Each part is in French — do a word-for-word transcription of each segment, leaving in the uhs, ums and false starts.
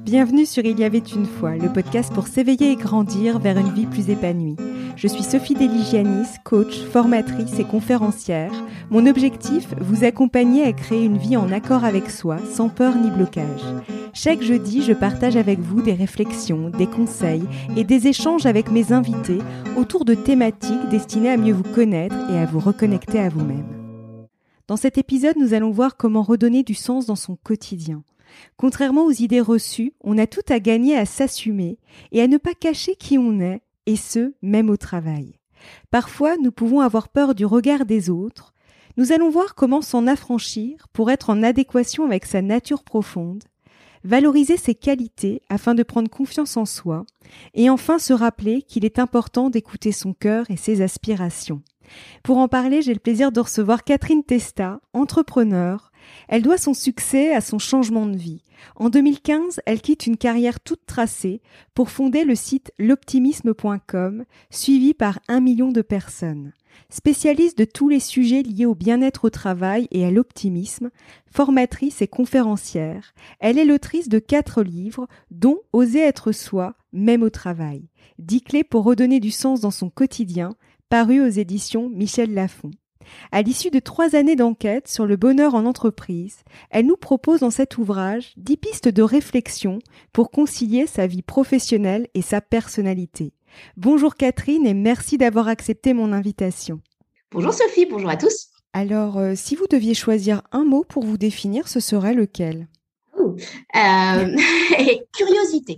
Bienvenue sur Il y avait une fois, le podcast pour s'éveiller et grandir vers une vie plus épanouie. Je suis Sophie Deligianis, coach, formatrice et conférencière. Mon objectif, vous accompagner à créer une vie en accord avec soi, sans peur ni blocage. Chaque jeudi, je partage avec vous des réflexions, des conseils et des échanges avec mes invités autour de thématiques destinées à mieux vous connaître et à vous reconnecter à vous-même. Dans cet épisode, nous allons voir comment redonner du sens dans son quotidien. Contrairement aux idées reçues, on a tout à gagner à s'assumer et à ne pas cacher qui on est, et ce, même au travail. Parfois, nous pouvons avoir peur du regard des autres. Nous allons voir comment s'en affranchir pour être en adéquation avec sa nature profonde, valoriser ses qualités afin de prendre confiance en soi, et enfin se rappeler qu'il est important d'écouter son cœur et ses aspirations. Pour en parler, j'ai le plaisir de recevoir Catherine Testa, entrepreneure. Elle doit son succès à son changement de vie. En deux mille quinze, elle quitte une carrière toute tracée pour fonder le site l'optimisme point com, suivi par un million de personnes. Spécialiste de tous les sujets liés au bien-être au travail et à l'optimisme, formatrice et conférencière, elle est l'autrice de quatre livres, dont Oser être soi, même au travail. Dix clés pour redonner du sens dans son quotidien, paru aux éditions Michel Lafon. À l'issue de trois années d'enquête sur le bonheur en entreprise, elle nous propose dans cet ouvrage dix pistes de réflexion pour concilier sa vie professionnelle et sa personnalité. Bonjour Catherine et merci d'avoir accepté mon invitation. Bonjour Sophie, bonjour à tous. Alors, euh, si vous deviez choisir un mot pour vous définir, ce serait lequel ? oh, euh, Curiosité.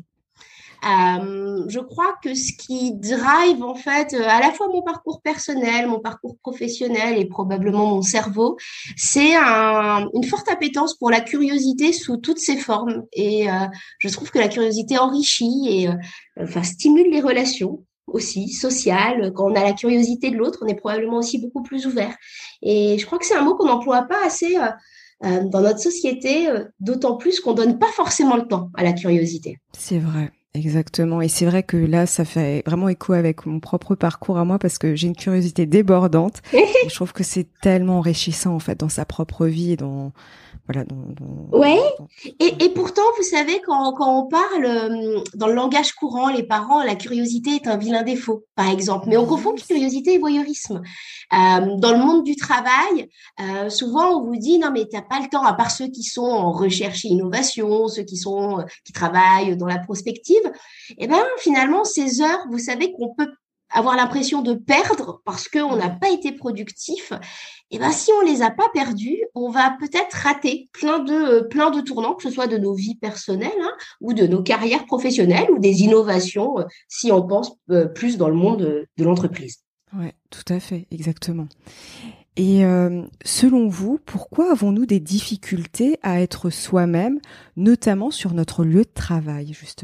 Euh, je crois que ce qui drive en fait à la fois mon parcours personnel, mon parcours professionnel et probablement mon cerveau, c'est un, une forte appétence pour la curiosité sous toutes ses formes. Et euh, je trouve que la curiosité enrichit et euh, enfin, stimule les relations aussi sociales. Quand on a la curiosité de l'autre, on est probablement aussi beaucoup plus ouvert. Et je crois que c'est un mot qu'on n'emploie pas assez euh, euh, dans notre société, euh, d'autant plus qu'on donne pas forcément le temps à la curiosité. C'est vrai. Exactement. Et c'est vrai que là, ça fait vraiment écho avec mon propre parcours à moi parce que j'ai une curiosité débordante. Et je trouve que c'est tellement enrichissant, en fait, dans sa propre vie et dans, voilà, dans, dans, ouais. dans... Et, et pourtant, vous savez, quand, quand on parle euh, dans le langage courant, les parents, la curiosité est un vilain défaut, par exemple. Mais on confond curiosité et voyeurisme. Euh, dans le monde du travail, euh, souvent on vous dit non mais t'as pas le temps, à part ceux qui sont en recherche et innovation, ceux qui sont qui travaillent dans la prospective. Et ben finalement ces heures, vous savez qu'on peut avoir l'impression de perdre parce qu'on n'a pas été productif. Et ben si on les a pas perdus, on va peut-être rater plein de plein de tournants, que ce soit de nos vies personnelles hein, ou de nos carrières professionnelles ou des innovations, si on pense euh, plus dans le monde de, de l'entreprise. Ouais, tout à fait, exactement. Et euh, selon vous, pourquoi avons-nous des difficultés à être soi-même, notamment sur notre lieu de travail, justement ?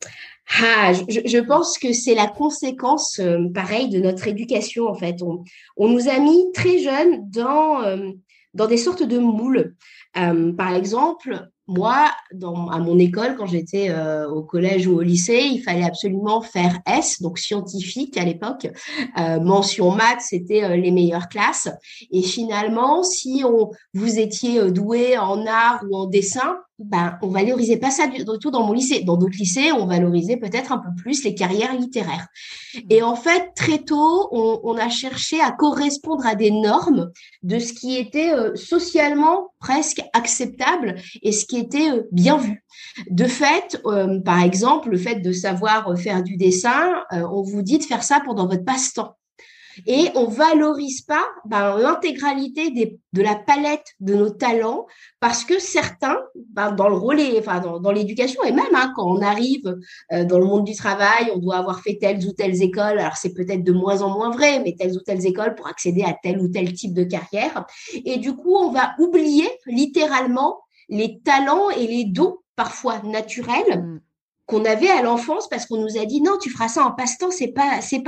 Ah, je, je pense que c'est la conséquence, euh, pareil, de notre éducation, en fait. On, on nous a mis très jeunes dans, euh, dans des sortes de moules. Euh, par exemple, moi, dans, à mon école, quand j'étais euh, au collège ou au lycée, il fallait absolument faire S, donc scientifique à l'époque. Euh, mention maths, c'était euh, les meilleures classes. Et finalement, si on, vous étiez euh, doué en art ou en dessin, ben, on valorisait pas ça du tout dans mon lycée. Dans d'autres lycées, on valorisait peut-être un peu plus les carrières littéraires. Et en fait, très tôt, on, on a cherché à correspondre à des normes de ce qui était euh, socialement presque acceptable et ce qui était euh, bien vu. De fait, euh, par exemple, le fait de savoir faire du dessin, euh, on vous dit de faire ça pendant votre passe-temps. Et on valorise pas ben, l'intégralité des, de la palette de nos talents parce que certains, ben, dans le relais, enfin dans, dans l'éducation et même hein, quand on arrive euh, dans le monde du travail, on doit avoir fait telles ou telles écoles. Alors c'est peut-être de moins en moins vrai, mais telles ou telles écoles pour accéder à tel ou tel type de carrière. Et du coup, on va oublier littéralement les talents et les dons parfois naturels mmh. qu'on avait à l'enfance parce qu'on nous a dit non, tu feras ça en passe-temps, c'est pas, c'est pas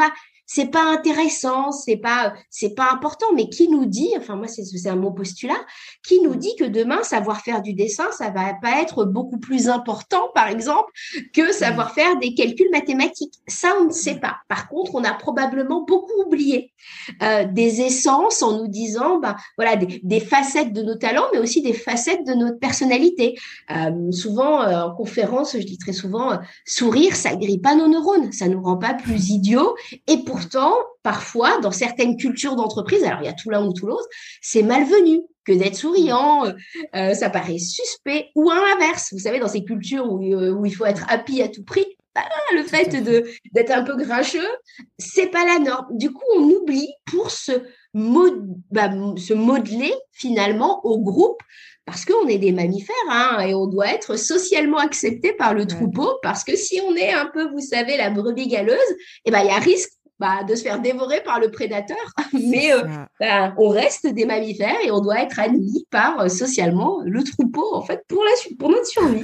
c'est pas intéressant, c'est pas, c'est pas important. Mais qui nous dit, enfin moi c'est, c'est un mot postulat, qui nous dit que demain savoir faire du dessin, ça va pas être beaucoup plus important, par exemple, que savoir faire des calculs mathématiques. Ça, on ne sait pas. Par contre, on a probablement beaucoup oublié euh, des essences en nous disant, ben voilà, des, des facettes de nos talents, mais aussi des facettes de notre personnalité. Euh, souvent euh, en conférence, je dis très souvent, euh, sourire, ça grille pas nos neurones, ça nous rend pas plus idiots. Et pourtant, parfois, dans certaines cultures d'entreprise, alors il y a tout l'un ou tout l'autre, c'est malvenu que d'être souriant, euh, euh, ça paraît suspect, ou à l'inverse. Vous savez, dans ces cultures où, euh, où il faut être happy à tout prix, bah, le fait de d'être un peu grincheux, c'est pas la norme. Du coup, on oublie pour se, mod, bah, se modeler finalement au groupe, parce qu'on est des mammifères, hein, et on doit être socialement accepté par le troupeau, ouais. Parce que si on est un peu, vous savez, la brebis galeuse, eh ben, il y a risque bah, de se faire dévorer par le prédateur, mais euh, bah, on reste des mammifères et on doit être admis par euh, socialement le troupeau, en fait, pour, la, pour notre survie.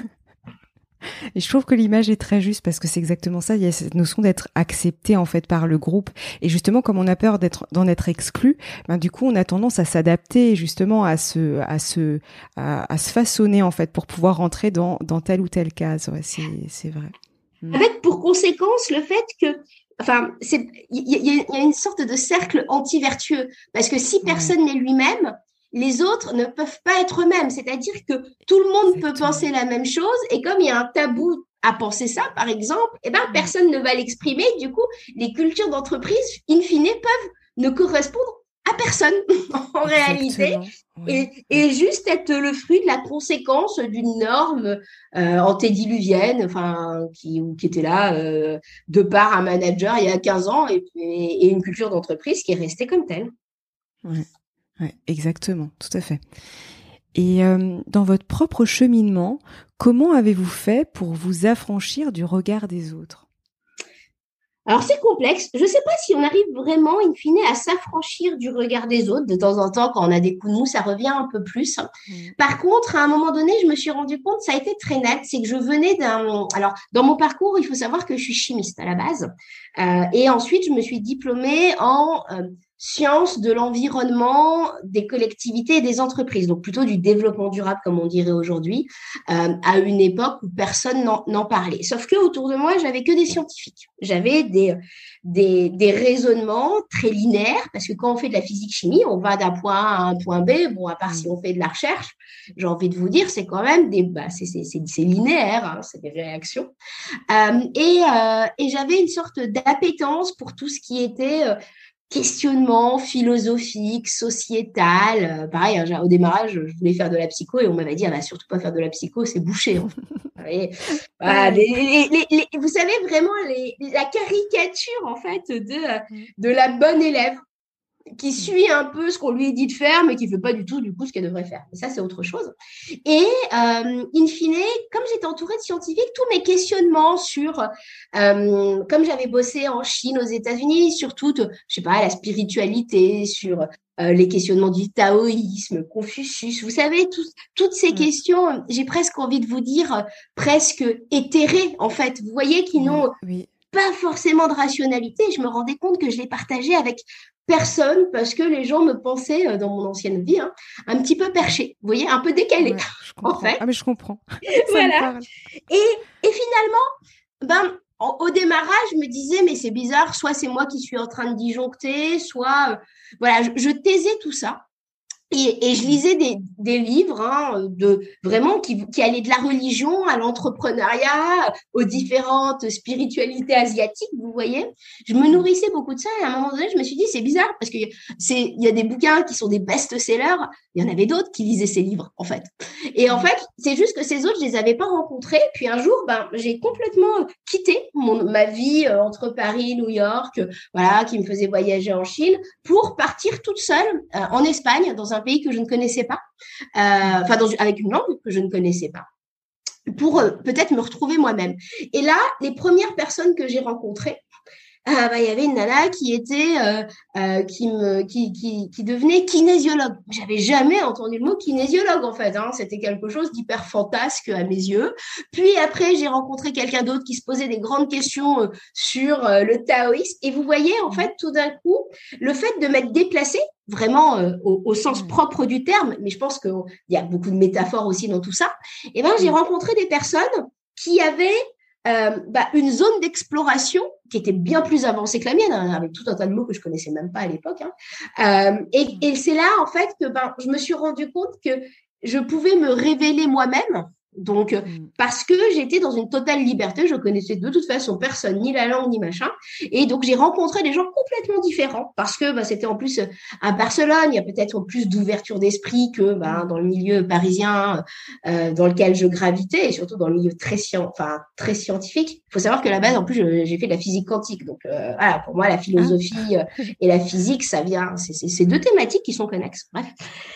Et je trouve que l'image est très juste parce que c'est exactement ça. Il y a cette notion d'être accepté en fait par le groupe. Et justement, comme on a peur d'être d'en être exclu, ben du coup, on a tendance à s'adapter justement à se à se à, à se façonner en fait pour pouvoir rentrer dans dans telle ou telle case. Ouais, c'est c'est vrai. Avec pour conséquence le fait que Enfin, c'est il y, y, y a une sorte de cercle anti-vertueux parce que si personne ouais. n'est lui-même, les autres ne peuvent pas être eux-mêmes. C'est-à-dire que tout le monde Exactement. peut penser la même chose et comme il y a un tabou à penser ça, par exemple, eh ben ouais. personne ne va l'exprimer. Du coup, les cultures d'entreprise, in fine, peuvent ne correspondre à personne en Exactement. réalité ouais. et, et juste être le fruit de la conséquence d'une norme euh, antédiluvienne, enfin qui, qui était là euh, de par un manager il y a quinze ans et, et, et une culture d'entreprise qui est restée comme telle. Ouais, ouais, exactement, tout à fait. Et euh, dans votre propre cheminement, comment avez-vous fait pour vous affranchir du regard des autres ? Alors, c'est complexe. Je ne sais pas si on arrive vraiment, in fine, à s'affranchir du regard des autres. De temps en temps, quand on a des coups de mou, ça revient un peu plus. Mmh. Par contre, à un moment donné, je me suis rendu compte, ça a été très net, c'est que je venais d'un... Alors, dans mon parcours, il faut savoir que je suis chimiste à la base. Euh, et ensuite, je me suis diplômée en euh, sciences de l'environnement, des collectivités et des entreprises. Donc, plutôt du développement durable, comme on dirait aujourd'hui, euh, à une époque où personne n'en, n'en parlait. Sauf que autour de moi, j'avais que des scientifiques. J'avais des, des, des raisonnements très linéaires, parce que quand on fait de la physique-chimie, on va d'un point A à un point B. Bon, à part si on fait de la recherche, j'ai envie de vous dire, c'est quand même des, bah, c'est, c'est, c'est, c'est linéaire, hein, c'est des réactions. Euh, et, euh, et j'avais une sorte d'appétence pour tout ce qui était euh, questionnement philosophique, sociétal. Euh, pareil, hein, au démarrage, je voulais faire de la psycho et on m'avait dit, ah, bah, surtout pas faire de la psycho, c'est bouché. Hein. Et, voilà, les, les, les, les, vous savez vraiment les, la caricature en fait de, de la bonne élève qui suit un peu ce qu'on lui dit de faire, mais qui ne fait pas du tout, du coup, ce qu'elle devrait faire. Et ça, c'est autre chose. Et, euh, in fine, comme j'étais entourée de scientifiques, tous mes questionnements sur, euh, comme j'avais bossé en Chine, aux États-Unis, sur toute, je sais pas, la spiritualité, sur euh, les questionnements du taoïsme, Confucius, vous savez, tout, toutes ces ouais. questions, j'ai presque envie de vous dire, euh, presque éthérées, en fait. Vous voyez, qui n'ont oui. pas forcément de rationalité. Je me rendais compte que je les partageais avec personne parce que les gens me pensaient, dans mon ancienne vie, hein, un petit peu perché, vous voyez, un peu décalé, ouais, en fait. Ah, mais je comprends. Voilà. Et, et finalement, ben, en, au démarrage, je me disais, mais c'est bizarre, soit c'est moi qui suis en train de disjoncter, soit, euh, voilà, je, je taisais tout ça. Et, et je lisais des, des livres hein, de vraiment qui, qui allaient de la religion à l'entrepreneuriat, aux différentes spiritualités asiatiques, vous voyez. Je me nourrissais beaucoup de ça et à un moment donné, je me suis dit, c'est bizarre parce que c'est, il y a des bouquins qui sont des best-sellers, il y en avait d'autres qui lisaient ces livres, en fait. Et en fait, c'est juste que ces autres, je les avais pas rencontrés. Puis un jour, ben, j'ai complètement quitté mon, ma vie euh, entre Paris, New York, euh, voilà, qui me faisait voyager en Chine, pour partir toute seule euh, en Espagne, dans un un pays que je ne connaissais pas, euh, enfin dans, avec une langue que je ne connaissais pas, pour euh, peut-être me retrouver moi-même. Et là, les premières personnes que j'ai rencontrées, ah bah il y avait une nana qui était euh, euh, qui me qui qui qui devenait kinésiologue. J'avais jamais entendu le mot kinésiologue en fait, hein. C'était quelque chose d'hyper fantasque à mes yeux. Puis après j'ai rencontré quelqu'un d'autre qui se posait des grandes questions euh, sur euh, le taoïsme. Et vous voyez en fait tout d'un coup le fait de m'être déplacée vraiment euh, au, au sens propre du terme, mais je pense qu'il y a beaucoup de métaphores aussi dans tout ça. Et ben j'ai rencontré des personnes qui avaient Euh, bah, une zone d'exploration qui était bien plus avancée que la mienne, hein, avec tout un tas de mots que je connaissais même pas à l'époque. Hein. Euh, et, et c'est là, en fait, que ben, je me suis rendu compte que je pouvais me révéler moi-même. Donc, mm. parce que j'étais dans une totale liberté, je connaissais de toute façon personne, ni la langue, ni machin. Et donc, j'ai rencontré des gens complètement différents parce que bah, c'était en plus à Barcelone, il y a peut-être plus d'ouverture d'esprit que bah, dans le milieu parisien euh, dans lequel je gravitais et surtout dans le milieu très, scien- enfin, très scientifique. Il faut savoir que à la base, en plus, je, j'ai fait de la physique quantique. Donc, euh, voilà, pour moi, la philosophie ah. et la physique, ça vient, c'est, c'est, c'est deux thématiques qui sont connexes. Bref.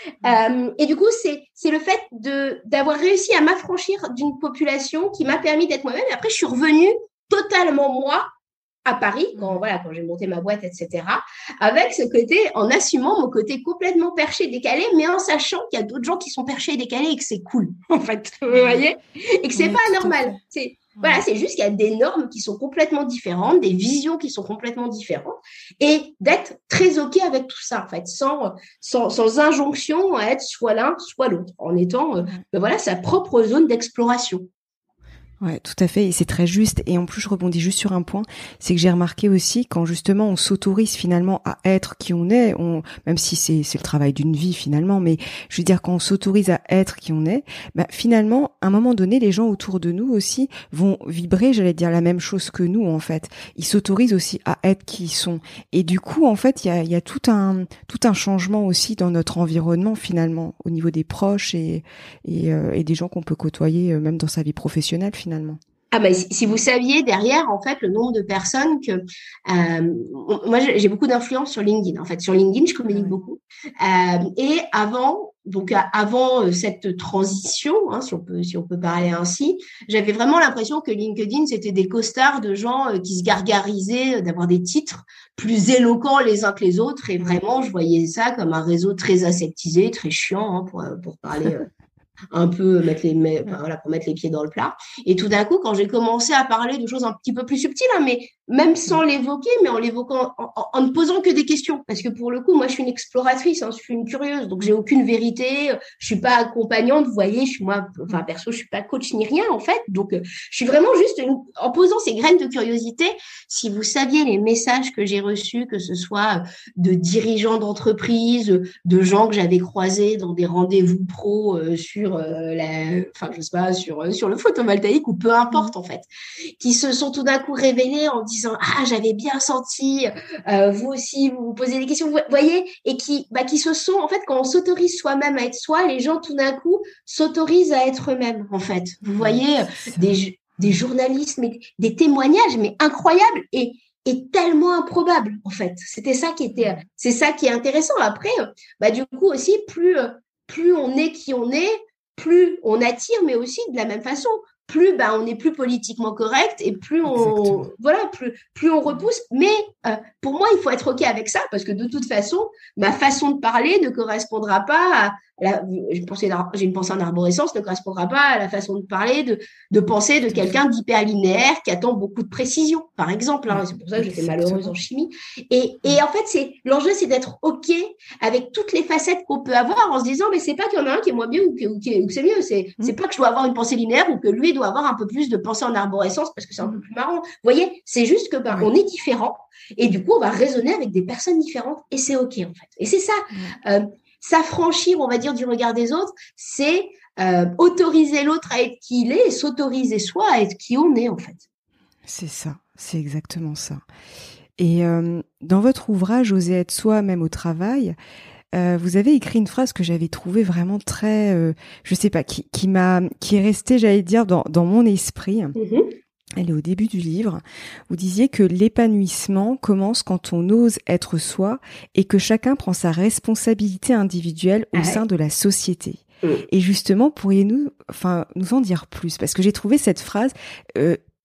Euh, et du coup, c'est, c'est le fait de, d'avoir réussi à m'affronter d'une population qui m'a permis d'être moi-même. Et après, je suis revenue totalement moi à Paris, quand, voilà, quand j'ai monté ma boîte, et cetera, avec ce côté, en assumant mon côté complètement perché, décalé, mais en sachant qu'il y a d'autres gens qui sont perchés et décalés et que c'est cool, en fait, vous voyez, et que c'est oui, pas normal. C'est, ouais. Voilà, c'est juste qu'il y a des normes qui sont complètement différentes, des visions qui sont complètement différentes, et d'être très OK avec tout ça, en fait, sans, sans, sans injonction à être soit l'un, soit l'autre, en étant, euh, ben voilà, sa propre zone d'exploration. Ouais, tout à fait, et c'est très juste. Et en plus, je rebondis juste sur un point, c'est que j'ai remarqué aussi quand justement on s'autorise finalement à être qui on est, on, même si c'est c'est le travail d'une vie finalement, mais je veux dire quand on s'autorise à être qui on est, bah finalement, à un moment donné, les gens autour de nous aussi vont vibrer, j'allais dire la même chose que nous en fait. Ils s'autorisent aussi à être qui ils sont, et du coup, en fait, il y a il y a tout un tout un changement aussi dans notre environnement finalement, au niveau des proches et et, euh, et des gens qu'on peut côtoyer euh, même dans sa vie professionnelle finalement. Finalement. Ah ben, si, si vous saviez derrière, en fait, le nombre de personnes que... Euh, moi, j'ai beaucoup d'influence sur LinkedIn. En fait, sur LinkedIn, je communique ouais. beaucoup. Euh, et avant, donc avant cette transition, hein, si on peut, si on peut parler ainsi, j'avais vraiment l'impression que LinkedIn, c'était des costards de gens qui se gargarisaient d'avoir des titres plus éloquents les uns que les autres. Et vraiment, je voyais ça comme un réseau très aseptisé, très chiant, hein, pour, pour parler... un peu mettre les mais, enfin, voilà, pour mettre les pieds dans le plat. Et tout d'un coup, quand j'ai commencé à parler de choses un petit peu plus subtiles, hein, mais même sans l'évoquer, mais en l'évoquant, en, en, en ne posant que des questions, parce que pour le coup, moi, je suis une exploratrice, hein, je suis une curieuse, donc j'ai aucune vérité, je suis pas accompagnante, vous voyez, je suis moi, enfin perso, je suis pas coach ni rien en fait, donc euh, je suis vraiment juste une, en posant ces graines de curiosité. Si vous saviez les messages que j'ai reçus, que ce soit de dirigeants d'entreprise, de gens que j'avais croisés dans des rendez-vous pro euh, sur Euh, la, enfin je sais pas sur euh, sur le photovoltaïque ou peu importe en fait, qui se sont tout d'un coup révélés en disant ah j'avais bien senti, euh, vous aussi vous vous posez des questions, vous voyez, et qui bah qui se sont en fait quand on s'autorise soi-même à être soi, les gens tout d'un coup s'autorisent à être eux-mêmes en fait. Vous voyez des des journalistes, mais des témoignages mais incroyables et et tellement improbable en fait. C'était ça qui était, c'est ça qui est intéressant. Après, bah du coup aussi plus plus on est qui on est, plus on attire, mais aussi de la même façon, plus bah, on est plus politiquement correct et plus on Exactement. voilà, plus plus on repousse. Mais euh, pour moi, il faut être ok avec ça parce que de toute façon, ma façon de parler ne correspondra pas à la, j'ai, pensé, j'ai une pensée en arborescence, ne correspondra pas à la façon de parler, de, de penser de quelqu'un d'hyper linéaire qui attend beaucoup de précision, par exemple. Hein, c'est pour ça que j'étais malheureuse en chimie. Et, et en fait, c'est, l'enjeu, c'est d'être OK avec toutes les facettes qu'on peut avoir en se disant, mais c'est pas qu'il y en a un qui est moins bien ou que, ou que, ou que c'est mieux. C'est, mmh. c'est pas que je dois avoir une pensée linéaire ou que lui doit avoir un peu plus de pensée en arborescence parce que c'est un peu plus marrant. Vous voyez, c'est juste que ben, ouais. on est différents et du coup, on va raisonner avec des personnes différentes et c'est OK, en fait. Et c'est ça. Ouais. Euh, S'affranchir, on va dire, du regard des autres, c'est euh, autoriser l'autre à être qui il est et s'autoriser soi à être qui on est, en fait. C'est ça, c'est exactement ça. Et euh, dans votre ouvrage « Oser être soi, même au travail », euh, vous avez écrit une phrase que j'avais trouvée vraiment très, euh, je sais pas, qui, qui m'a, qui est restée, j'allais dire, dans, dans mon esprit. Mm-hmm. Elle est au début du livre. Vous disiez que l'épanouissement commence quand on ose être soi et que chacun prend sa responsabilité individuelle au ah sein ouais. de la société. Mmh. Et justement, pourriez-nous, enfin, nous en dire plus? Parce que j'ai trouvé cette phrase euh,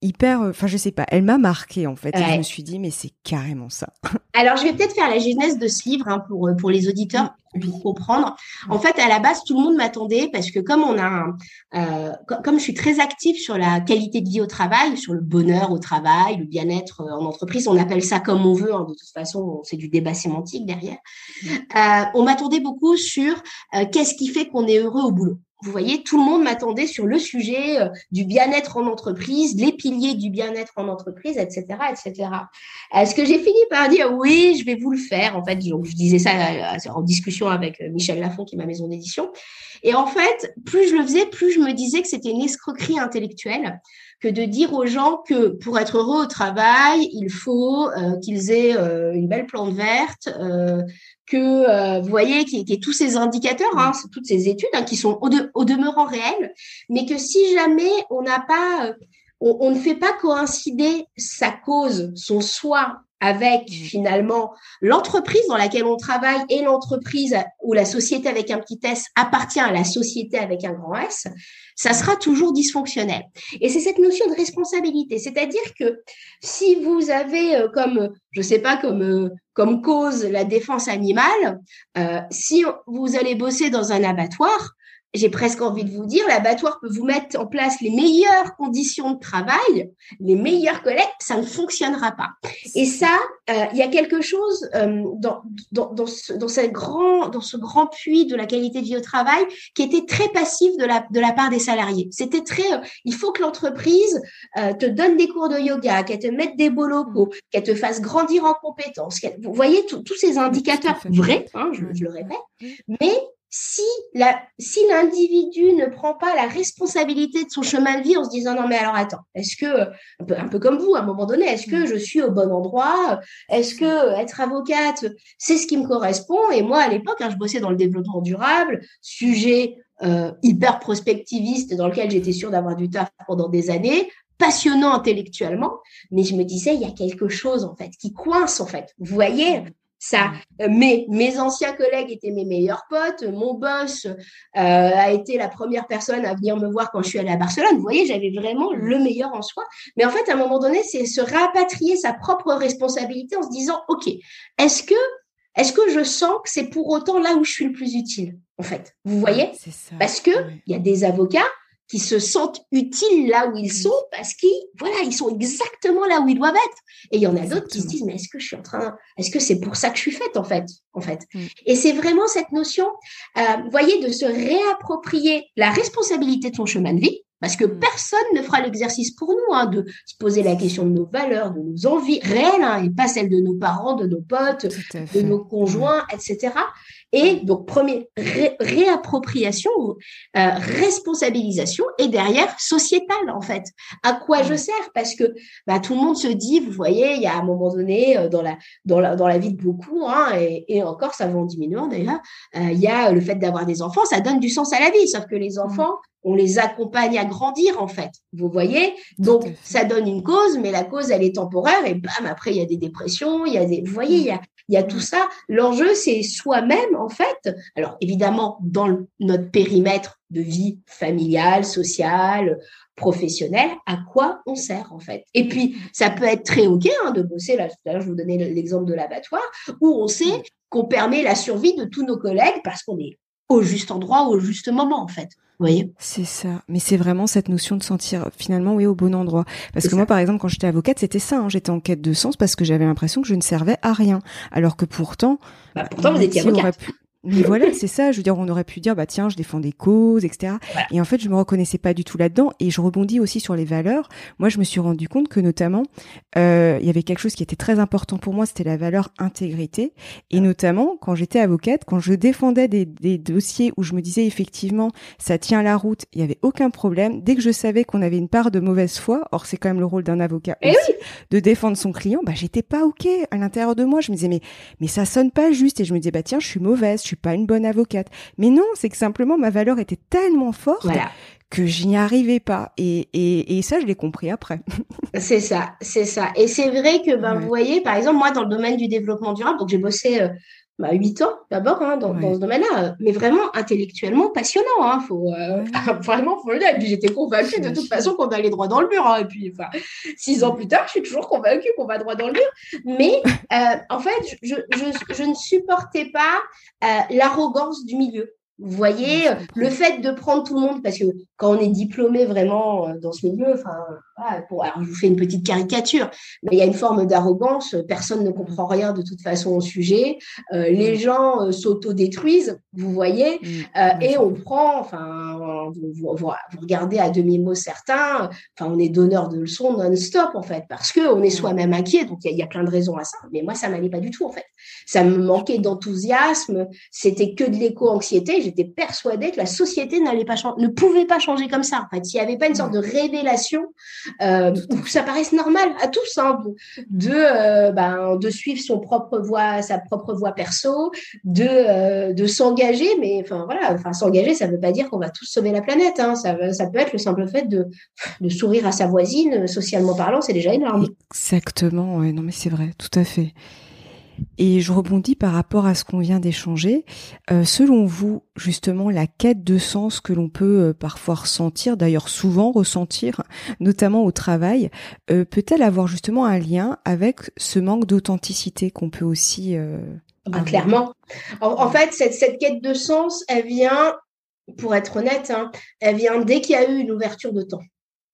hyper, enfin, je sais pas, elle m'a marquée, en fait. Ouais. Et je me suis dit, mais c'est carrément ça. Alors, je vais peut-être faire la genèse de ce livre hein, pour, pour les auditeurs, Oui. pour comprendre. En fait, à la base, tout le monde m'attendait parce que comme on a un, euh, comme, comme je suis très active sur la qualité de vie au travail, sur le bonheur au travail, le bien-être en entreprise, on appelle ça comme on veut. Hein, de toute façon, c'est du débat sémantique derrière. Euh, on m'attendait beaucoup sur euh, qu'est-ce qui fait qu'on est heureux au boulot. Vous voyez, tout le monde m'attendait sur le sujet euh, du bien-être en entreprise, les piliers du bien-être en entreprise, et cetera, et cetera. Est-ce que j'ai fini par dire oui, je vais vous le faire. En fait, donc, je disais ça euh, en discussion avec euh, Michel Lafon, qui est ma maison d'édition. Et en fait, plus je le faisais, plus je me disais que c'était une escroquerie intellectuelle que de dire aux gens que pour être heureux au travail, il faut euh, qu'ils aient euh, une belle plante verte, euh, que euh, vous voyez qu'il y, ait tous ces indicateurs, hein, toutes ces études hein, qui sont au, de, au demeurant réelles, mais que si jamais on n'a pas, euh, on, on ne fait pas coïncider sa cause, son soi avec finalement l'entreprise dans laquelle on travaille et l'entreprise ou la société avec un petit S appartient à la société avec un grand S, ça sera toujours dysfonctionnel. Et c'est cette notion de responsabilité, c'est-à-dire que si vous avez euh, comme, je sais pas, comme euh, comme cause la défense animale, euh, si vous allez bosser dans un abattoir, j'ai presque envie de vous dire, l'abattoir peut vous mettre en place les meilleures conditions de travail, les meilleurs collègues, ça ne fonctionnera pas. Et ça, euh, il y a quelque chose euh, dans, dans, dans, ce, dans, ce grand, dans ce grand puits de la qualité de vie au travail qui était très passif de la, de la part des salariés. C'était très, euh, il faut que l'entreprise euh, te donne des cours de yoga, qu'elle te mette des beaux locaux, qu'elle te fasse grandir en compétences. Vous voyez tous ces indicateurs vrais, hein, je, je le répète, mais si la, si l'individu ne prend pas la responsabilité de son chemin de vie en se disant non mais alors attends, est-ce que un peu, un peu comme vous à un moment donné, est-ce que je suis au bon endroit, est-ce que être avocate c'est ce qui me correspond? Et moi à l'époque hein, je bossais dans le développement durable, sujet euh, hyper prospectiviste dans lequel j'étais sûre d'avoir du taf pendant des années, passionnant intellectuellement, mais je me disais il y a quelque chose en fait qui coince en fait, vous voyez. Ça, mes, mes anciens collègues étaient mes meilleurs potes. Mon boss euh, a été la première personne à venir me voir quand je suis allée à Barcelone. Vous voyez, j'avais vraiment le meilleur en soi. Mais en fait, à un moment donné, c'est se rapatrier sa propre responsabilité en se disant, OK, est-ce que, est-ce que je sens que c'est pour autant là où je suis le plus utile, en fait? Vous voyez? C'est ça. Parce que il y a des avocats qui se sentent utiles là où ils sont parce qu'ils, voilà, ils sont exactement là où ils doivent être. Et il y en a exactement. D'autres qui se disent, mais est-ce que je suis en train, est-ce que c'est pour ça que je suis faite, en fait, en fait. Mm. Et c'est vraiment cette notion, euh, vous voyez, de se réapproprier la responsabilité de son chemin de vie, parce que mm. personne ne fera l'exercice pour nous, hein, de se poser la question de nos valeurs, de nos envies réelles, hein, et pas celles de nos parents, de nos potes, de nos conjoints, mm. et cetera. Et donc, premier, ré- réappropriation, euh, responsabilisation, et derrière, sociétale, en fait. À quoi je sers? Parce que bah, tout le monde se dit, vous voyez, il y a un moment donné, euh, dans, la, dans, la, dans la vie de beaucoup, hein, et, et encore, ça va en diminuant d'ailleurs, euh, il y a le fait d'avoir des enfants, ça donne du sens à la vie, sauf que les enfants, on les accompagne à grandir, en fait. Vous voyez? Donc, ça donne une cause, mais la cause, elle est temporaire, et bam, après, il y a des dépressions, il y a des, vous voyez, il y a, il y a tout ça. L'enjeu, c'est soi-même, en fait. Alors, évidemment, dans le, notre périmètre de vie familiale, sociale, professionnelle, à quoi on sert, en fait. Et puis, ça peut être très OK hein, de bosser, là, tout à l'heure, je vous donnais l'exemple de l'abattoir, où on sait qu'on permet la survie de tous nos collègues parce qu'on est au juste endroit, au juste moment, en fait. Vous voyez ? C'est ça. Mais c'est vraiment cette notion de sentir finalement, oui, au bon endroit. Parce c'est que ça. Moi, par exemple, quand j'étais avocate, c'était ça. Hein, j'étais en quête de sens parce que j'avais l'impression que je ne servais à rien. Alors que pourtant... Bah, pourtant, vous étiez avocate. Pu... Mais voilà, c'est ça. Je veux dire, on aurait pu dire, bah tiens, je défends des causes, et cetera. Voilà. Et en fait, je me reconnaissais pas du tout là-dedans. Et je rebondis aussi sur les valeurs. Moi, je me suis rendu compte que notamment, euh, il y avait quelque chose qui était très important pour moi, c'était la valeur intégrité. Et notamment, quand j'étais avocate, quand je défendais des, des dossiers où je me disais effectivement, ça tient la route, il y avait aucun problème. Dès que je savais qu'on avait une part de mauvaise foi, or c'est quand même le rôle d'un avocat et aussi, oui. de défendre son client, bah j'étais pas ok à l'intérieur de moi. Je me disais mais mais ça sonne pas juste. Et je me disais bah tiens, je suis mauvaise, je suis pas une bonne avocate. Mais non, c'est que simplement ma valeur était tellement forte voilà. que je n'y arrivais pas. Et, et, et ça, je l'ai compris après. C'est ça, c'est ça. Et c'est vrai que, ben, ouais. vous voyez, par exemple, moi, dans le domaine du développement durable, donc j'ai bossé euh, bah, huit ans d'abord hein, dans, ouais. dans ce domaine-là, mais vraiment intellectuellement passionnant. Hein, faut, euh, ouais. Vraiment, faut le dire. Et puis j'étais convaincue de toute façon qu'on allait droit dans le mur. Hein, et puis, enfin, six ans plus tard, je suis toujours convaincue qu'on va droit dans le mur. Mais euh, en fait, je, je, je ne supportais pas euh, l'arrogance du milieu. Vous voyez, le fait de prendre tout le monde, parce que quand on est diplômé vraiment dans ce milieu, enfin, voilà, pour, alors je vous fais une petite caricature, mais il y a une forme d'arrogance, personne ne comprend rien de toute façon au sujet, euh, les gens euh, s'autodétruisent, vous voyez, euh, et on prend, enfin, vous, vous, vous regardez à demi-mot certains, enfin, on est donneur de leçons non-stop en fait, parce qu'on est soi-même inquiet, donc il y, y a plein de raisons à ça, mais moi ça m'allait pas du tout en fait, ça me manquait d'enthousiasme, c'était que de l'éco-anxiété. J'étais persuadée que la société n'allait pas changer, ne pouvait pas changer comme ça. En fait, il n'y avait pas une sorte de révélation euh, où ça paraisse normal à tous hein, de euh, ben, de suivre son propre voie, sa propre voie perso, de euh, de s'engager. Mais enfin voilà, enfin s'engager, ça ne veut pas dire qu'on va tous sauver la planète. Hein. Ça ça peut être le simple fait de de sourire à sa voisine, socialement parlant, c'est déjà énorme. Exactement. Ouais, non mais c'est vrai, tout à fait. Et je rebondis par rapport à ce qu'on vient d'échanger. Euh, selon vous, justement, la quête de sens que l'on peut euh, parfois ressentir, d'ailleurs souvent ressentir, notamment au travail, euh, peut-elle avoir justement un lien avec ce manque d'authenticité qu'on peut aussi euh, bah, clairement. En, en fait, cette, cette quête de sens, elle vient, pour être honnête, hein, elle vient dès qu'il y a eu une ouverture de temps.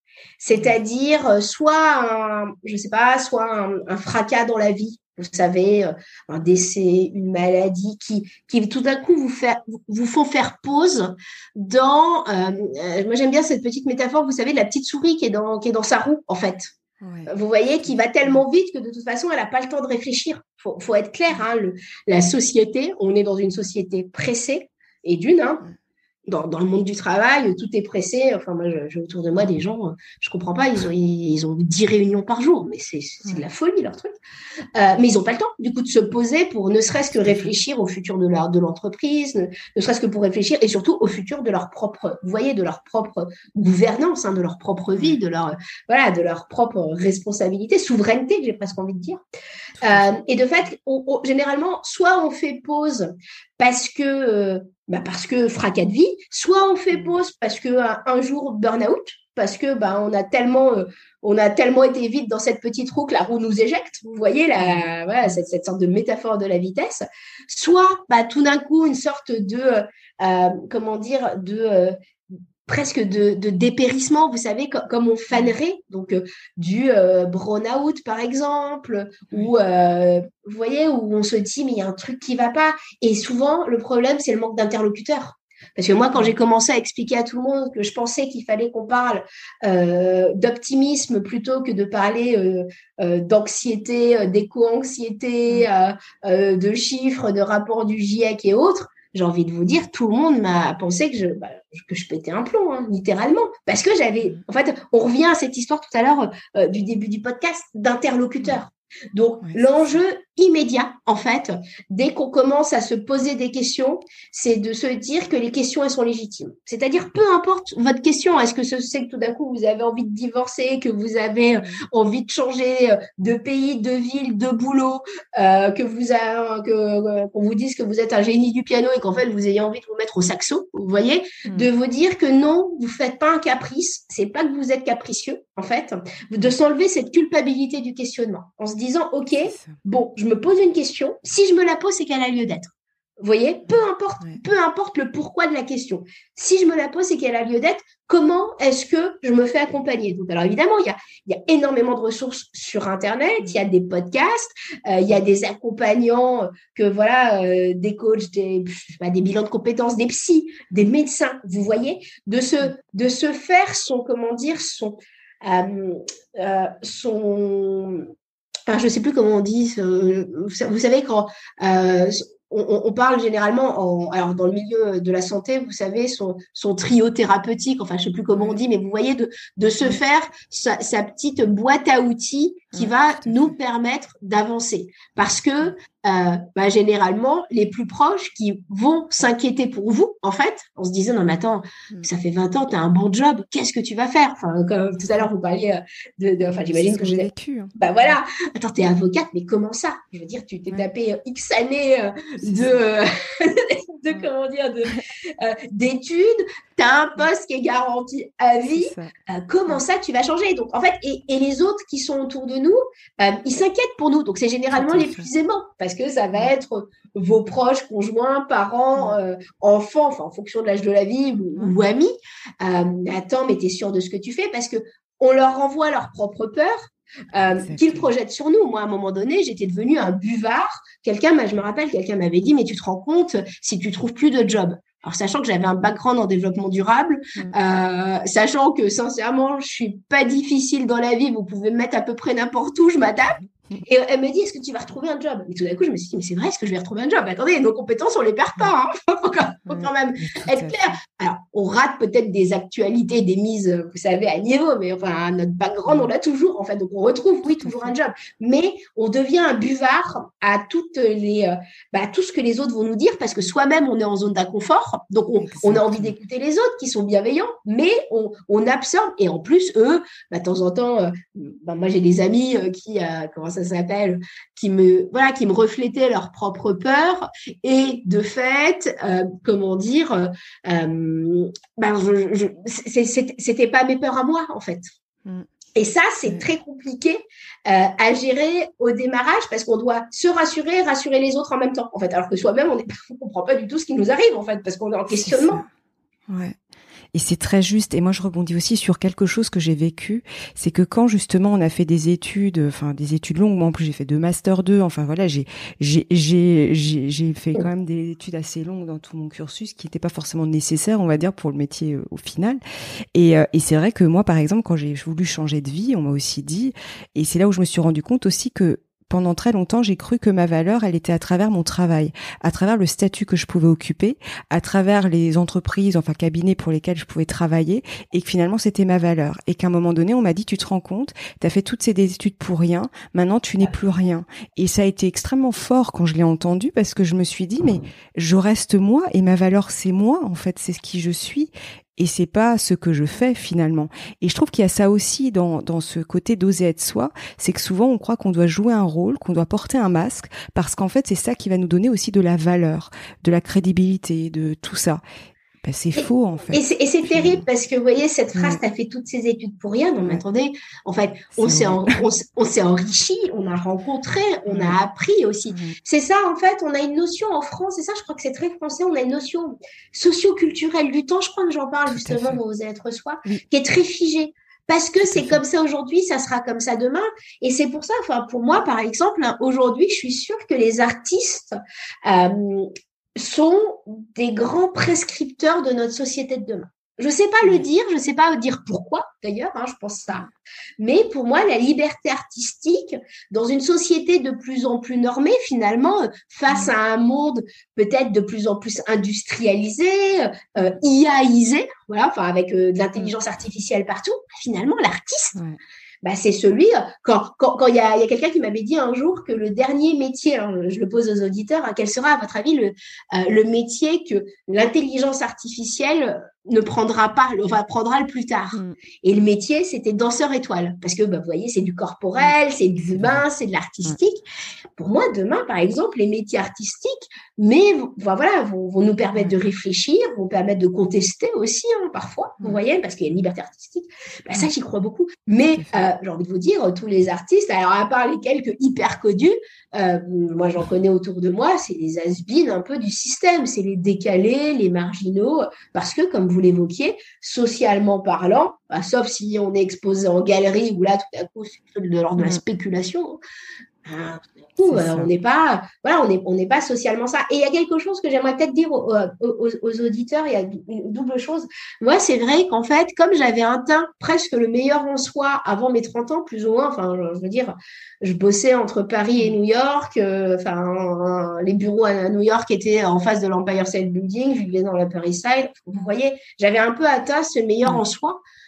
C'est-à-dire soit un, je sais pas, soit un, un fracas dans la vie. Vous savez, un décès, une maladie qui, qui tout d'un coup vous, faire, vous font faire pause dans... Euh, moi, j'aime bien cette petite métaphore, vous savez, de la petite souris qui est dans, qui est dans sa roue, en fait. Ouais. Vous voyez, qui va tellement vite que de toute façon, elle n'a pas le temps de réfléchir. Il faut, faut être clair, hein, le, la société, on est dans une société pressée, et d'une, hein, Dans, dans le monde du travail, tout est pressé. Enfin, moi, j'ai autour de moi des gens, je comprends pas, ils ont, ils ont dix réunions par jour, mais c'est, c'est de la folie, leur truc. Euh, mais ils ont pas le temps, du coup, de se poser pour ne serait-ce que réfléchir au futur de leur, de l'entreprise, ne, ne serait-ce que pour réfléchir et surtout au futur de leur propre, vous voyez, de leur propre gouvernance, hein, de leur propre vie, de leur, voilà, de leur propre responsabilité, souveraineté, j'ai presque envie de dire. Euh, et de fait, on, on, généralement, soit on fait pause parce que, euh, bah parce que fracas de vie, soit on fait pause parce que un, un jour burn-out, parce que bah on a tellement, euh, on a tellement été vite dans cette petite roue que la roue nous éjecte. Vous voyez la, voilà, cette, cette sorte de métaphore de la vitesse. Soit bah tout d'un coup une sorte de, euh, comment dire, de euh, presque de, de dépérissement, vous savez, comme, comme on fanerait, donc euh, du euh, burn-out par exemple, ou euh, vous voyez, où on se dit mais il y a un truc qui va pas. Et souvent le problème c'est le manque d'interlocuteurs. Parce que moi, quand j'ai commencé à expliquer à tout le monde que je pensais qu'il fallait qu'on parle euh, d'optimisme plutôt que de parler euh, euh, d'anxiété, euh, d'éco-anxiété, euh, euh, de chiffres, de rapports du GIEC et autres, j'ai envie de vous dire, tout le monde m'a pensé que je, bah, que je pétais un plomb, hein, littéralement. Parce que j'avais, en fait, on revient à cette histoire tout à l'heure euh, du début du podcast d'interlocuteur. Donc, ouais, l'enjeu immédiat, en fait, dès qu'on commence à se poser des questions, c'est de se dire que les questions, elles sont légitimes. C'est-à-dire, peu importe votre question, est-ce que c'est que tout d'un coup, vous avez envie de divorcer, que vous avez euh, envie de changer de pays, de ville, de boulot, euh, que vous avez, que, euh, qu'on vous dise que vous êtes un génie du piano et qu'en fait, vous ayez envie de vous mettre au saxo, vous voyez, mmh. de vous dire que non, vous faites pas un caprice, c'est pas que vous êtes capricieux, en fait, de s'enlever cette culpabilité du questionnement, en se disant, OK, bon, je me pose une question. Si je me la pose, c'est qu'elle a lieu d'être. Vous voyez, peu importe, ouais. peu importe le pourquoi de la question. Si je me la pose, c'est qu'elle a lieu d'être. Comment est-ce que je me fais accompagner? Donc, alors évidemment, il y a, il y a énormément de ressources sur Internet. Il y a des podcasts, euh, il y a des accompagnants que voilà, euh, des coachs, des, je sais pas, des bilans de compétences, des psys, des médecins. Vous voyez, de se, de se faire son, comment dire, son, euh, euh, son Enfin, je ne sais plus comment on dit. Euh, vous savez, quand euh, on, on parle généralement, en, alors dans le milieu de la santé, vous savez, son, son trio thérapeutique, enfin, je ne sais plus comment on dit, mais vous voyez, de, de se faire sa, sa petite boîte à outils qui ouais, va tout à nous fait. permettre d'avancer. Parce que euh, bah, généralement, les plus proches qui vont s'inquiéter pour vous, en fait, on se disait, non mais attends, Mm. ça fait vingt ans, tu as un bon job, qu'est-ce que tu vas faire? Enfin, comme tout à l'heure, vous parliez euh, de, de enfin, C'est j'imagine ce que que vous j'ai êtes, vécu. Hein. bah voilà, attends, t'es avocate, mais comment ça? Je veux dire, tu t'es Ouais, tapé euh, X années euh, c'est de, ça. euh, de Mm. comment dire, de, euh, d'études, tu as un Mm. poste qui est garanti à C'est vie, ça. euh, comment Ouais, ça tu vas changer? Donc en fait, et, et les autres qui sont autour de nous, euh, ils s'inquiètent pour nous. Donc c'est tout généralement à les fait. plus aimants parce que ça va Mm. être vos proches, conjoints, parents, Mm. euh, enfants, enfin en fonction de l'âge de la vie ou, Ouais, ou amis. Euh, attends, mais t'es sûr de ce que tu fais parce que on leur envoie leur propre peur. Euh, qu'ils exactement. projettent sur nous. Moi, à un moment donné, j'étais devenue un buvard. Quelqu'un, m'a- je me rappelle, quelqu'un m'avait dit, mais tu te rends compte si tu trouves plus de job. Alors, sachant que j'avais un background en développement durable, Mm. euh, sachant que sincèrement, je suis pas difficile dans la vie, vous pouvez me mettre à peu près n'importe où, je m'adapte. Et elle me dit, est-ce que tu vas retrouver un job? Mais tout d'un coup, je me suis dit, mais c'est vrai, est-ce que je vais retrouver un job? Attendez, nos compétences, on les perd Mm. pas. Hein. faut, quand, faut Ouais, quand même mais tout être à clair. fait. Alors, on rate peut-être des actualités, des mises, vous savez, à niveau, mais enfin, notre background, on Mm. l'a toujours, en fait. Donc, on retrouve, oui, Tout à toujours un fait. job. Mais on devient un buvard à toutes les, euh, bah, tout ce que les autres vont nous dire, parce que soi-même, on est en zone d'inconfort. Donc, on, on a envie Exactement. d'écouter les autres qui sont bienveillants, mais on, on absorbe. Et en plus, eux, bah, de temps en temps, euh, bah, moi, j'ai des amis euh, qui, euh, comment ça s'appelle, qui me, voilà, qui me reflétaient leur propre peur. Et de fait, euh, comment dire, euh, ben, je, je, c'est, c'est, c'était pas mes peurs à moi, en fait. Mm. Et ça, c'est Ouais, très compliqué euh, à gérer au démarrage parce qu'on doit se rassurer et rassurer les autres en même temps. En fait, alors que soi-même, on ne comprend pas du tout ce qui nous arrive, en fait, parce qu'on est en c'est ça. questionnement. Ouais. Et c'est très juste. Et moi, je rebondis aussi sur quelque chose que j'ai vécu. C'est que quand justement on a fait des études, enfin des études longues, moi en plus j'ai fait deux master deux. Enfin voilà, j'ai j'ai j'ai j'ai j'ai fait quand même des études assez longues dans tout mon cursus, qui n'étaient pas forcément nécessaires, on va dire, pour le métier euh, au final. Et euh, et c'est vrai que moi, par exemple, quand j'ai voulu changer de vie, on m'a aussi dit, et c'est là où je me suis rendu compte aussi que pendant très longtemps, j'ai cru que ma valeur, elle était à travers mon travail, à travers le statut que je pouvais occuper, à travers les entreprises, enfin cabinets pour lesquels je pouvais travailler, et que finalement c'était ma valeur. Et qu'à un moment donné, on m'a dit, tu te rends compte, tu as fait toutes ces études pour rien, maintenant tu n'es plus rien. Et ça a été extrêmement fort quand je l'ai entendu, parce que je me suis dit, mais je reste moi, et ma valeur c'est moi, en fait, c'est ce qui je suis. Et c'est pas ce que je fais finalement. Et je trouve qu'il y a ça aussi dans, dans ce côté d'oser être soi, c'est que souvent on croit qu'on doit jouer un rôle, qu'on doit porter un masque, parce qu'en fait c'est ça qui va nous donner aussi de la valeur, de la crédibilité, de tout ça. Ben, c'est Et, faux en et fait, c'est, et c'est terrible finalement. parce que, vous voyez, cette phrase, Ouais, tu as fait toutes ces études pour rien. Non, mais ouais, attendez, en fait, on c'est s'est, horrible. en, on, on s'est enrichi, on a rencontré, on Ouais, a appris aussi. ouais, C'est ça, en fait, on a une notion en France, et ça, je crois que c'est très français, on a une notion socio-culturelle du temps, je crois que j'en parle tout à justement fait. dans Vous être soi, Oui, qui est très figée. Parce que tout à c'est fait. comme ça aujourd'hui, ça sera comme ça demain. Et c'est pour ça, enfin, pour moi, par exemple, hein, aujourd'hui, je suis sûre que les artistes euh, sont des grands prescripteurs de notre société de demain. Je ne sais pas le Ouais, dire, je ne sais pas dire pourquoi d'ailleurs, hein, je pense ça. ouais, Mais pour moi, la liberté artistique, dans une société de plus en plus normée, finalement, face ouais, à un monde peut-être de plus en plus industrialisé, euh, IAisé, voilà, enfin avec euh, de mm, l'intelligence artificielle partout, finalement, l'artiste, ouais, bah, c'est celui, quand quand quand il y a, y a quelqu'un qui m'avait dit un jour que le dernier métier, hein, je le pose aux auditeurs, hein, quel sera à votre avis le, euh, le métier que l'intelligence artificielle ne prendra pas, enfin prendra le plus tard. mm, Et le métier, c'était danseur étoile, parce que bah, vous voyez, c'est du ouais, corporel, c'est de c'est vrai. l'humain, c'est de Ouais, l'artistique. Pour moi, demain, par exemple, les métiers artistiques, mais enfin, voilà, vont, vont nous permettre ouais, de réfléchir, vont permettre de contester aussi, hein, parfois, vous ouais, voyez, parce qu'il y a une liberté artistique. Bah, ça, ouais, j'y crois beaucoup. tout Mais à fait. euh, j'ai envie de vous dire, tous les artistes, alors à part les quelques hyper connus, euh, moi j'en connais autour de moi, c'est les has-been un peu du système, c'est les décalés, les marginaux, parce que comme vous l'évoquiez, socialement parlant, bah, sauf si on est exposé en galerie, où là tout à coup c'est de l'ordre de la Mm, spéculation, hein, tout à coup, c'est euh, on ça. n'est pas, voilà, on n'est on n'est pas socialement ça. Et il y a quelque chose que j'aimerais peut-être dire aux, aux, aux auditeurs, il y a une double chose. Moi, c'est vrai qu'en fait, comme j'avais un teint presque le meilleur en soi avant mes trente ans, plus ou moins, enfin, je veux dire, je bossais entre Paris et Mm, New York, euh, enfin, les bureaux à New York étaient en face de l'Empire State Building, je vivais dans l'Upper East Side. Vous voyez, j'avais un peu atteint ce meilleur en ouais, soi.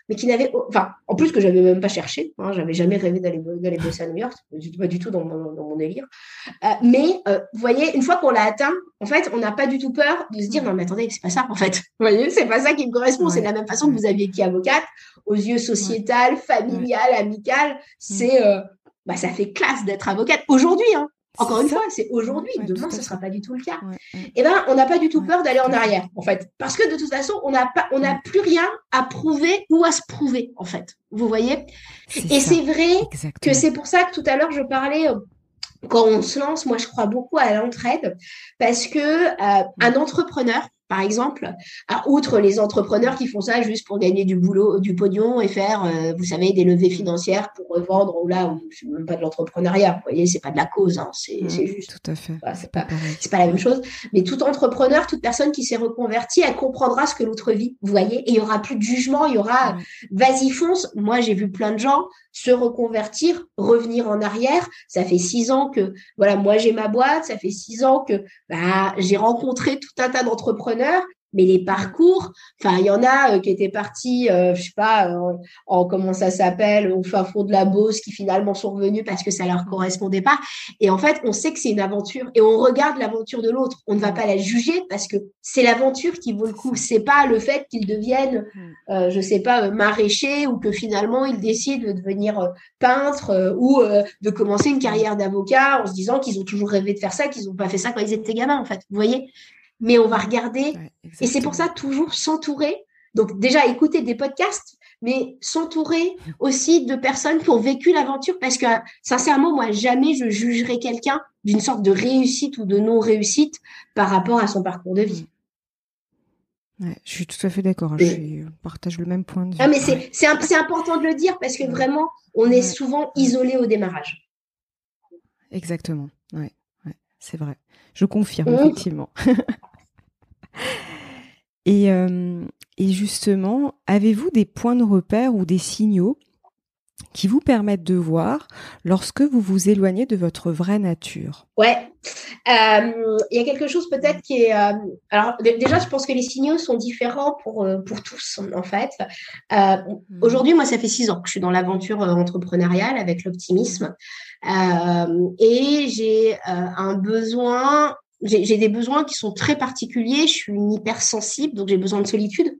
mais qui n'avaient, enfin, en plus que j'avais même pas cherché, hein, j'avais jamais rêvé d'aller, d'aller bosser à New York, c'était pas du tout dans mon, dans mon délire. Euh, mais, euh, vous voyez, une fois qu'on l'a atteint, en fait, on n'a pas du tout peur de se dire, non, mais attendez, c'est pas ça, en fait. Vous voyez, c'est pas ça qui me correspond. Ouais. C'est de la même façon que vous aviez été avocate, aux yeux sociétal, ouais. familial, ouais. amical, c'est, euh, bah, ça fait classe d'être avocate aujourd'hui, hein. Encore une ça. fois, c'est aujourd'hui. Ouais, Demain, ce ne sera pas du tout le cas. Ouais, ouais. Eh ben, on n'a pas du tout ouais, peur d'aller en arrière, en fait. Parce que de toute façon, on n'a pas, on n'a ouais. plus rien à prouver ou à se prouver, en fait. Vous voyez? c'est Et ça. c'est vrai Exactement. que c'est pour ça que tout à l'heure, je parlais, euh, quand on se lance, moi, je crois beaucoup à l'entraide. Parce que euh, un entrepreneur, par exemple, alors, outre les entrepreneurs qui font ça juste pour gagner du boulot, du pognon et faire, euh, vous savez, des levées financières pour revendre, ou là, c'est même pas de l'entrepreneuriat, vous voyez, c'est pas de la cause, hein, c'est, mmh, c'est juste. Tout à fait. Voilà, c'est pas, c'est pas la même chose. Mais tout entrepreneur, toute personne qui s'est reconvertie, elle comprendra ce que l'autre vit, vous voyez, et il y aura plus de jugement, il y aura, mmh. vas-y, fonce. Moi, j'ai vu plein de gens se reconvertir, revenir en arrière. Ça fait six ans que, voilà, moi, j'ai ma boîte, ça fait six ans que, bah, j'ai rencontré tout un tas d'entrepreneurs. Mais les parcours, enfin, il y en a euh, qui étaient partis, euh, je sais pas, euh, en comment ça s'appelle, au fin fond de la Beauce, qui finalement sont revenus parce que ça leur correspondait pas. Et en fait, on sait que c'est une aventure et on regarde l'aventure de l'autre. On ne va pas la juger parce que c'est l'aventure qui vaut le coup. C'est pas le fait qu'ils deviennent, euh, je sais pas, euh, maraîchers ou que finalement ils décident de devenir euh, peintre euh, ou euh, de commencer une carrière d'avocat en se disant qu'ils ont toujours rêvé de faire ça, qu'ils n'ont pas fait ça quand ils étaient gamins, en fait. Vous voyez? Mais on va regarder, ouais, et c'est pour ça toujours s'entourer. Donc déjà, écouter des podcasts, mais s'entourer aussi de personnes qui ont vécu l'aventure, parce que sincèrement, moi, jamais je jugerai quelqu'un d'une sorte de réussite ou de non-réussite par rapport à son parcours de vie. Ouais, je suis tout à fait d'accord, je, suis, je partage le même point de vue. Ah, mais c'est, ouais. c'est, un, c'est important de le dire, parce que ouais. vraiment, on est ouais. souvent isolé au démarrage. Exactement, ouais, ouais, c'est vrai. Je confirme, mmh. effectivement. et, euh, et justement, avez-vous des points de repère ou des signaux qui vous permettent de voir lorsque vous vous éloignez de votre vraie nature? Ouais, euh, il y a quelque chose peut-être qui est... Euh, alors d- déjà, je pense que les signaux sont différents pour, euh, pour tous, en fait. Euh, mmh. Aujourd'hui, moi, ça fait six ans que je suis dans l'aventure euh, entrepreneuriale avec l'optimisme. Euh, et j'ai euh, un besoin... J'ai, j'ai des besoins qui sont très particuliers. Je suis une hypersensible, donc j'ai besoin de solitude.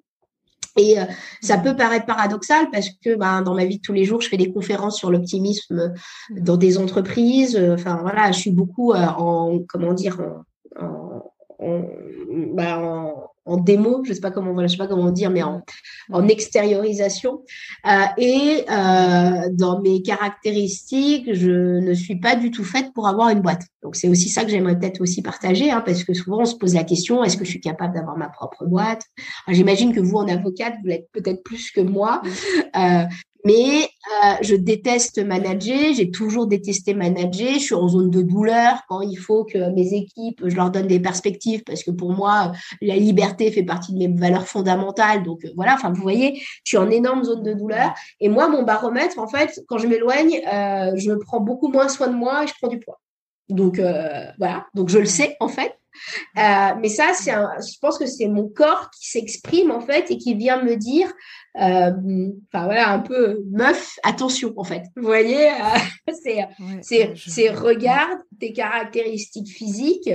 Et euh, ça peut paraître paradoxal parce que ben, dans ma vie de tous les jours, je fais des conférences sur l'optimisme dans des entreprises. Enfin voilà, je suis beaucoup euh, en comment dire en, en, en, ben, en, en démo, je sais pas comment voilà, je sais pas comment dire, mais en, en extériorisation. Euh, et euh, dans mes caractéristiques, je ne suis pas du tout faite pour avoir une boîte. Donc c'est aussi ça que j'aimerais peut-être aussi partager, hein, parce que souvent on se pose la question, est-ce que je suis capable d'avoir ma propre boîte? Alors, j'imagine que vous, en avocate, vous l'êtes peut-être plus que moi, euh, mais euh, je déteste manager, j'ai toujours détesté manager, je suis en zone de douleur quand il faut que mes équipes, je leur donne des perspectives, parce que pour moi, la liberté fait partie de mes valeurs fondamentales, donc voilà, enfin vous voyez, je suis en énorme zone de douleur, et moi, mon baromètre, en fait, quand je m'éloigne, euh, je prends beaucoup moins soin de moi et je prends du poids. Donc euh, voilà, donc je le sais en fait. Euh, mais ça, c'est un, je pense que c'est mon corps qui s'exprime en fait et qui vient me dire, euh, enfin voilà, un peu meuf, attention en fait. Vous voyez, euh, c'est, ouais, c'est, je... c'est regarde tes caractéristiques physiques.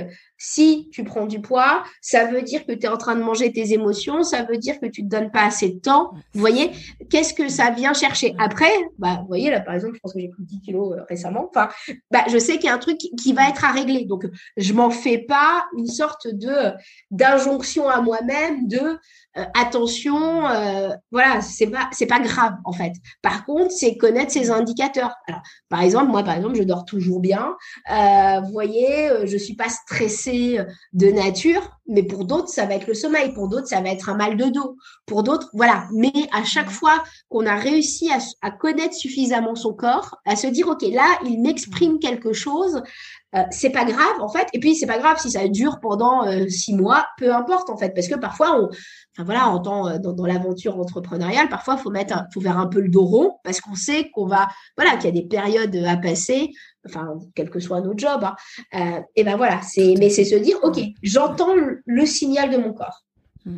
Si tu prends du poids, ça veut dire que tu es en train de manger tes émotions, ça veut dire que tu te donnes pas assez de temps. Vous voyez, qu'est-ce que ça vient chercher après? Bah, vous voyez là, par exemple, je pense que j'ai pris dix kilos euh, récemment. Enfin, bah, je sais qu'il y a un truc qui, qui va être à régler. Donc, je m'en fais pas une sorte de d'injonction à moi-même de euh, attention. Euh, voilà, c'est pas c'est pas grave en fait. Par contre, c'est connaître ses indicateurs. Alors, par exemple, moi, par exemple, je dors toujours bien. Euh, vous voyez, je suis pas stressée de nature, mais pour d'autres, ça va être le sommeil. Pour d'autres, ça va être un mal de dos. Pour d'autres, voilà. Mais à chaque fois qu'on a réussi à, à connaître suffisamment son corps, à se dire, OK, là, il m'exprime quelque chose, euh, c'est pas grave, en fait. Et puis, c'est pas grave si ça dure pendant euh, six mois, peu importe, en fait. Parce que parfois, on, enfin voilà, en temps, dans, dans l'aventure entrepreneuriale, parfois, il faut mettre, un, faut faire un peu le dos rond parce qu'on sait qu'on va, voilà, qu'il y a des périodes à passer, enfin, quel que soit notre job, hein. Euh, et ben voilà, c'est, mais c'est se dire, OK, j'entends le, le signal de mon corps. Ouais,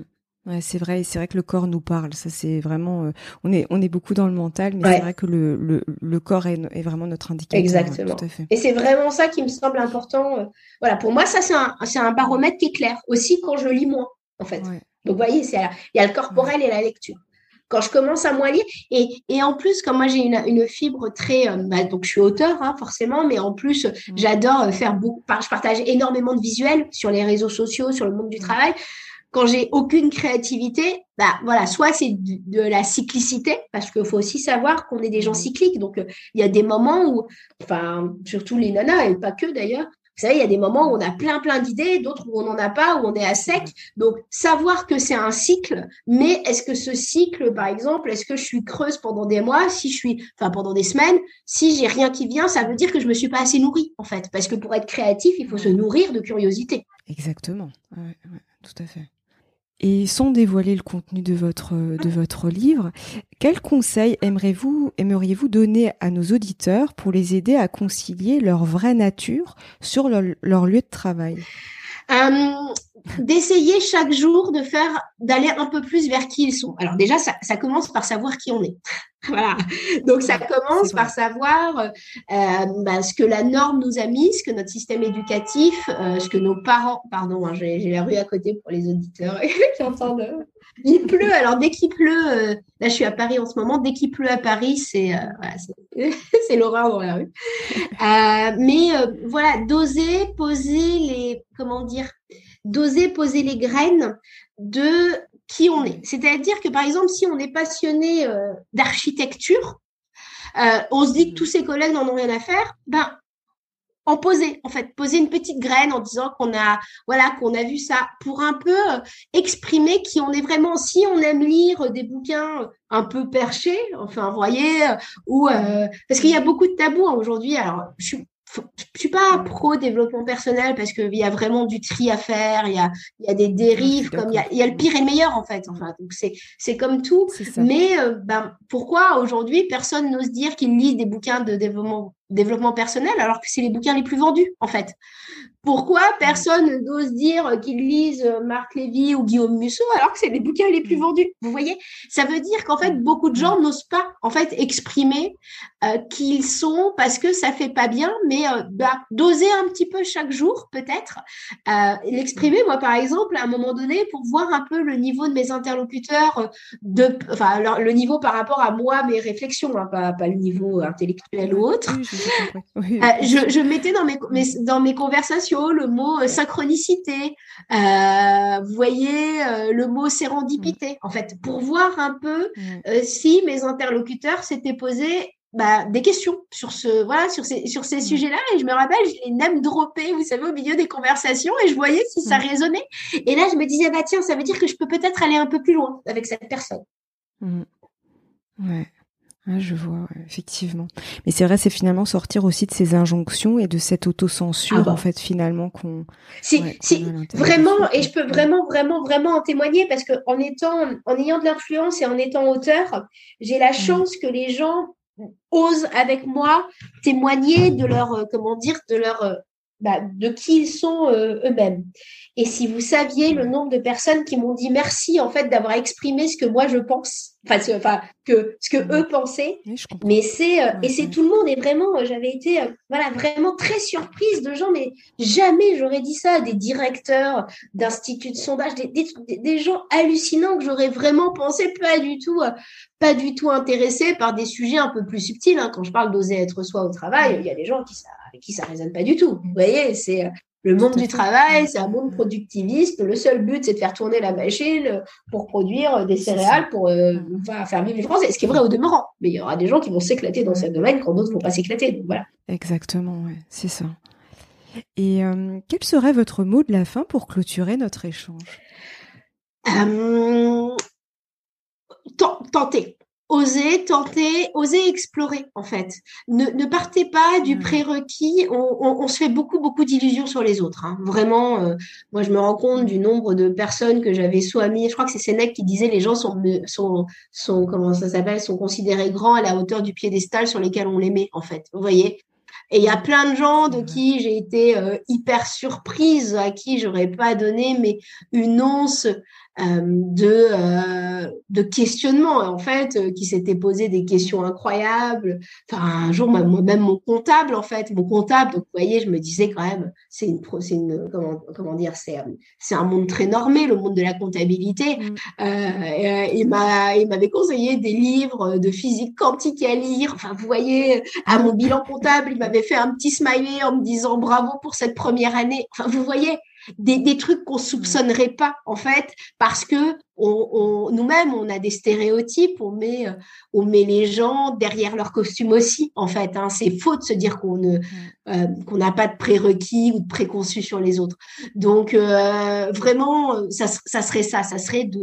Ouais, c'est vrai, et c'est vrai que le corps nous parle. Ça, c'est vraiment, euh, on est, on est beaucoup dans le mental, mais Ouais. c'est vrai que le, le, le corps est, est vraiment notre indicateur. Exactement. Ouais, tout à fait. Et c'est vraiment ça qui me semble important. euh, Voilà, pour moi, ça, c'est un, c'est un baromètre qui est clair. Aussi quand je lis moins, en fait. Ouais. Donc, vous voyez, c'est, il y a le corporel Ouais. et la lecture. Quand je commence à moins lire, et, et en plus, comme moi, j'ai une, une fibre très... euh, bah, donc, je suis auteur, hein, forcément, mais en plus, Mm. j'adore euh, faire beaucoup... Je partage énormément de visuels sur les réseaux sociaux, sur le monde du Mm. travail. Quand j'ai aucune créativité, bah voilà, soit c'est de, de la cyclicité, parce qu'il faut aussi savoir qu'on est des gens cycliques. Donc, euh, il y a des moments où, enfin, surtout les nanas, et pas que d'ailleurs, vous savez, il y a des moments où on a plein, plein d'idées, d'autres où on n'en a pas, où on est à sec. Donc, savoir que c'est un cycle, mais est-ce que ce cycle, par exemple, est-ce que je suis creuse pendant des mois, si je suis, enfin, pendant des semaines, si j'ai rien qui vient, ça veut dire que je me suis pas assez nourrie, en fait. Parce que pour être créatif, il faut se nourrir de curiosité. Exactement. Ouais, ouais, tout à fait. Et sans dévoiler le contenu de votre, de votre livre, quels conseils aimeriez-vous, aimeriez-vous donner à nos auditeurs pour les aider à concilier leur vraie nature sur leur, leur lieu de travail ? Euh, d'essayer chaque jour de faire, d'aller un peu plus vers qui ils sont. Alors déjà, ça, ça commence par savoir qui on est. Voilà. Donc ça commence par savoir euh, bah, ce que la norme nous a mis, ce que notre système éducatif, euh, ce que nos parents, pardon, hein, j'ai, j'ai la rue à côté pour les auditeurs qui entendent. Il pleut, alors dès qu'il pleut, euh, là je suis à Paris en ce moment, dès qu'il pleut à Paris, c'est, euh, voilà, c'est, c'est l'horreur dans la rue. Euh, mais euh, voilà, d'oser poser les, comment dire, d'oser poser les graines de qui on est. C'est-à-dire que par exemple, si on est passionné euh, d'architecture, euh, on se dit que tous ses collègues n'en ont rien à faire, ben en poser, en fait, poser une petite graine en disant qu'on a, voilà, qu'on a vu ça pour un peu euh, exprimer qui on est vraiment. Si on aime lire des bouquins un peu perchés, enfin, vous voyez, euh, ou euh, parce qu'il y a beaucoup de tabous hein, aujourd'hui. Alors, je suis je suis pas pro développement personnel parce qu'il y a vraiment du tri à faire, il y a, il y a des dérives, comme il y a, il y a le pire et le meilleur en fait. Enfin, donc c'est, c'est comme tout. C'est mais euh, ben, pourquoi aujourd'hui personne n'ose dire qu'il lit des bouquins de développement, développement personnel alors que c'est les bouquins les plus vendus en fait? Pourquoi personne n'ose dire qu'ils lisent Marc Lévy ou Guillaume Musso alors que c'est les bouquins les plus vendus? Vous voyez, ça veut dire qu'en fait beaucoup de gens n'osent pas en fait exprimer euh, qui ils sont parce que ça fait pas bien, mais euh, bah, d'oser un petit peu chaque jour peut-être euh, l'exprimer. Moi par exemple à un moment donné pour voir un peu le niveau de mes interlocuteurs, de, enfin leur, le niveau par rapport à moi mes réflexions, hein, pas, pas le niveau intellectuel ou autre. Oui, oui, euh, je, je mettais dans mes, mes dans mes conversations le mot euh, synchronicité, euh, vous voyez, euh, le mot sérendipité, en fait, pour voir un peu euh, si mes interlocuteurs s'étaient posés bah, des questions sur ce, voilà, sur ces, sur ces sujets-là. Et je me rappelle, je les name droppés, vous savez, au milieu des conversations, et je voyais si ça résonnait. Et là, je me disais, bah tiens, ça veut dire que je peux peut-être aller un peu plus loin avec cette personne. Mmh. Ouais. Ah, je vois, ouais, effectivement. Mais c'est vrai, c'est finalement sortir aussi de ces injonctions et de cette autocensure, ah bah. en fait, finalement, qu'on... Si, ouais, si, vraiment, et je peux vraiment, vraiment, vraiment en témoigner parce que en étant, en ayant de l'influence et en étant auteur, j'ai la chance ouais. que les gens osent avec moi témoigner de leur, euh, comment dire, de leur, euh, bah, de qui ils sont euh, eux-mêmes. Et si vous saviez le nombre de personnes qui m'ont dit merci en fait d'avoir exprimé ce que moi je pense, enfin, ce, enfin que ce que eux pensaient. Oui, mais c'est euh, ouais, et c'est ouais. tout le monde et vraiment euh, j'avais été euh, voilà vraiment très surprise de gens, mais jamais j'aurais dit ça, des directeurs d'instituts de sondage, des, des, des gens hallucinants que j'aurais vraiment pensé pas du tout, euh, pas du tout intéressés par des sujets un peu plus subtils. Hein. Quand je parle d'oser être soi au travail, il y a des gens qui ça, avec qui ça résonne pas du tout. Vous voyez, c'est euh, le monde du travail, c'est un monde productiviste. Le seul but, c'est de faire tourner la machine pour produire des céréales, pour euh, enfin, faire vivre les Français. Ce qui est vrai au demeurant. Mais il y aura des gens qui vont s'éclater dans ce domaine quand d'autres ne vont pas s'éclater. Donc voilà. Exactement, ouais, c'est ça. Et euh, quel serait votre mot de la fin pour clôturer notre échange ? euh, Tenter. Oser, tenter, oser explorer, en fait. Ne, ne partez pas du mmh. prérequis. On, on, on se fait beaucoup, beaucoup d'illusions sur les autres. Hein. Vraiment, euh, moi, je me rends compte du nombre de personnes que j'avais soit mis. Je crois que c'est Sénèque qui disait les gens sont, sont, sont, comment ça s'appelle, sont considérés grands à la hauteur du piédestal sur lesquels on les met, en fait. Vous voyez ? Et il y a plein de gens de qui j'ai été euh, hyper surprise, à qui j'aurais pas donné mais une once euh, de euh, de questionnement en fait, euh, qui s'était posé des questions incroyables. Enfin, un jour, moi, moi-même mon comptable en fait, mon comptable. Donc, vous voyez, je me disais quand même, c'est une, pro- c'est une comment comment dire, c'est euh, c'est un monde très normé, le monde de la comptabilité. Mm. Euh, et, il m'a il m'avait conseillé des livres de physique quantique à lire. Enfin, vous voyez, à mon bilan comptable, il m'avait fait un petit smiley en me disant bravo pour cette première année. Enfin, vous voyez, des, des trucs qu'on soupçonnerait pas en fait, parce que on, on, nous-mêmes on a des stéréotypes, on met on met les gens derrière leur costume aussi en fait. Hein. C'est faux de se dire qu'on ne euh, qu'on n'a pas de prérequis ou de préconçus sur les autres. Donc euh, vraiment, ça, ça serait ça, ça serait de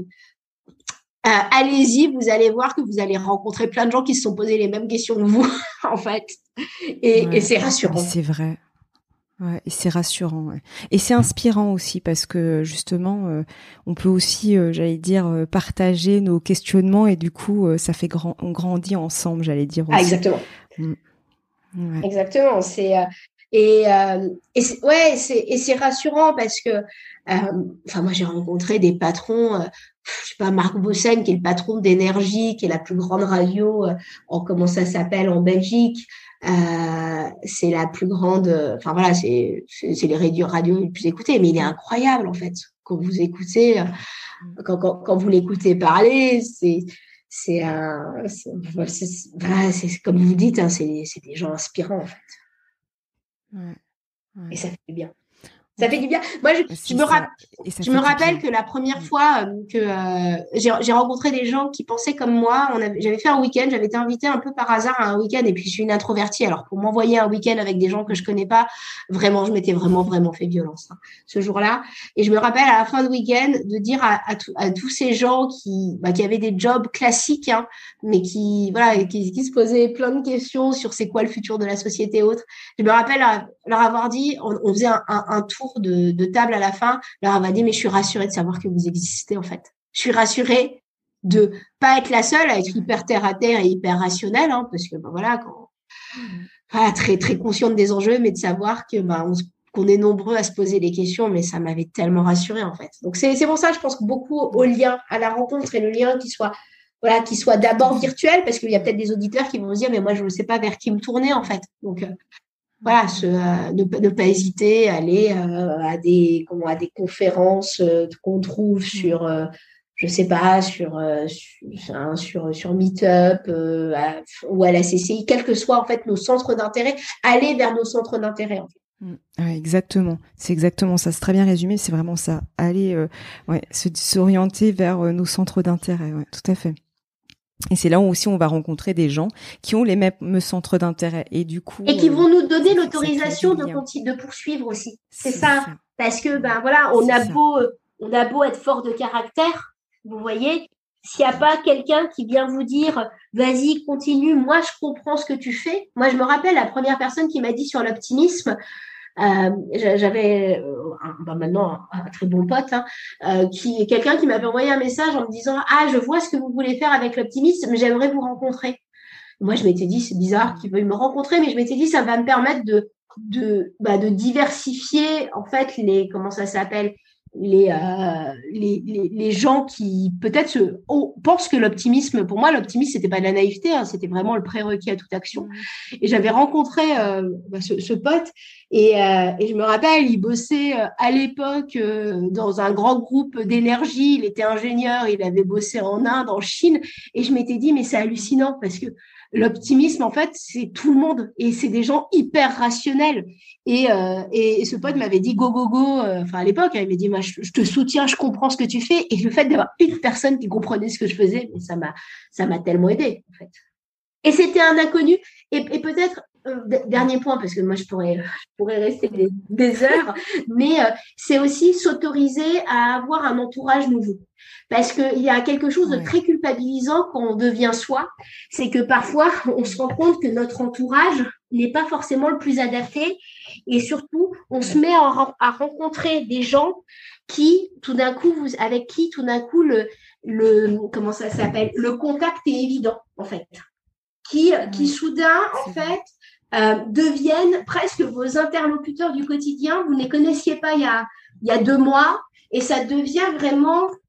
euh, allez-y, vous allez voir que vous allez rencontrer plein de gens qui se sont posés les mêmes questions que vous en fait, et, Ouais, et c'est rassurant. c'est vrai. Ouais, et c'est rassurant, ouais. Et c'est inspirant aussi parce que justement, euh, on peut aussi, euh, j'allais dire, euh, partager nos questionnements et du coup, euh, ça fait grand, on grandit ensemble, j'allais dire aussi. Ah, exactement. Mm. Ouais. Exactement. C'est euh, et euh, et c'est, ouais, c'est et c'est rassurant parce que, euh, enfin, moi j'ai rencontré des patrons. Euh, je sais pas, Marc Bossen, qui est le patron d'Énergie, qui est la plus grande radio, euh, en comment ça s'appelle en Belgique. Euh, c'est la plus grande, enfin voilà, c'est, c'est, c'est les radios, radios les plus écoutées, mais il est incroyable en fait. Quand vous écoutez, quand, quand, quand vous l'écoutez parler, c'est, c'est un, c'est, c'est, c'est, c'est comme vous dites, hein, c'est, c'est des gens inspirants en fait. Ouais. Ouais. Et ça fait du bien. Ça fait du bien. Moi, je, je me, ça, je me rappelle que la première fois euh, que euh, j'ai, j'ai rencontré des gens qui pensaient comme moi, on avait, j'avais fait un week-end, j'avais été invitée un peu par hasard à un week-end, et puis je suis une introvertie. Alors, pour m'envoyer un week-end avec des gens que je connais pas, vraiment, je m'étais vraiment, vraiment fait violence hein, ce jour-là. Et je me rappelle à la fin du week-end de dire à, à, tout, à tous ces gens qui, bah, qui avaient des jobs classiques, hein, mais qui, voilà, qui, qui se posaient plein de questions sur c'est quoi le futur de la société et autres. Je me rappelle à, leur avoir dit, on, on faisait un, un, un tour de, de table à la fin, leur avoir dit, mais je suis rassurée de savoir que vous existez en fait. Je suis rassurée de pas être la seule à être hyper terre à terre et hyper rationnelle, hein, parce que ben voilà, quand, voilà, très très consciente des enjeux, mais de savoir que ben on, qu'on est nombreux à se poser des questions, mais ça m'avait tellement rassurée en fait. Donc c'est c'est pour ça, je pense beaucoup au lien, à la rencontre, et le lien qui soit voilà, qui soit d'abord virtuel, parce qu'il y a peut-être des auditeurs qui vont se dire, mais moi je ne sais pas vers qui me tourner en fait. Donc euh, voilà, ce, euh, ne, ne pas hésiter à aller euh, à des comment à des conférences euh, qu'on trouve sur euh, je sais pas sur euh, sur, sur sur Meetup euh, à, ou à la C C I, quels que soient en fait nos centres d'intérêt, aller vers nos centres d'intérêt en fait. Ouais, exactement, c'est exactement ça, c'est très bien résumé, c'est vraiment ça, aller euh, ouais, se, s'orienter vers euh, nos centres d'intérêt, ouais, tout à fait. Et c'est là où aussi on va rencontrer des gens qui ont les mêmes centres d'intérêt et du coup et qui vont nous donner ça, l'autorisation de continuer de poursuivre aussi. C'est, c'est ça. ça, parce que ben voilà, on c'est a ça. beau on a beau être fort de caractère, vous voyez, s'il n'y a pas quelqu'un qui vient vous dire vas-y continue, moi je comprends ce que tu fais. Moi je me rappelle la première personne qui m'a dit sur l'optimisme. Euh, j'avais euh, ben maintenant un, un très bon pote, hein, euh, qui quelqu'un qui m'avait envoyé un message en me disant ah je vois ce que vous voulez faire avec l'optimisme, mais j'aimerais vous rencontrer. Moi je m'étais dit c'est bizarre qu'il veuille me rencontrer, mais je m'étais dit ça va me permettre de de bah, de diversifier en fait les comment ça s'appelle les, euh, les, les, les gens qui peut-être se, oh, pensent que l'optimisme, pour moi, l'optimisme, c'était pas de la naïveté, hein, c'était vraiment le prérequis à toute action. Mmh. Et j'avais rencontré euh, bah, ce, ce pote et, euh, et je me rappelle, il bossait euh, à l'époque euh, dans un grand groupe d'énergie, il était ingénieur, il avait bossé en Inde, en Chine, et je m'étais dit, mais c'est hallucinant parce que l'optimisme, en fait, c'est tout le monde et c'est des gens hyper rationnels. Et, euh, et ce pote m'avait dit go, go, go. Enfin, à l'époque, hein, il m'a dit moi, je, je te soutiens, je comprends ce que tu fais. Et le fait d'avoir une personne qui comprenait ce que je faisais, ça m'a, ça m'a tellement aidé, en fait. Et c'était un inconnu. Et, et peut-être, euh, dernier point, parce que moi, je pourrais, je pourrais rester des, des heures, mais euh, c'est aussi s'autoriser à avoir un entourage nouveau. Parce qu'il y a quelque chose de très culpabilisant quand on devient soi, c'est que parfois, on se rend compte que notre entourage n'est pas forcément le plus adapté et surtout, on se met à, à rencontrer des gens qui, tout d'un coup, vous, avec qui, tout d'un coup, le, le, comment ça s'appelle, le contact est évident, en fait. Qui, qui oui, soudain, en fait, euh, deviennent presque vos interlocuteurs du quotidien. Vous ne les connaissiez pas il y a, il y a deux mois et ça devient vraiment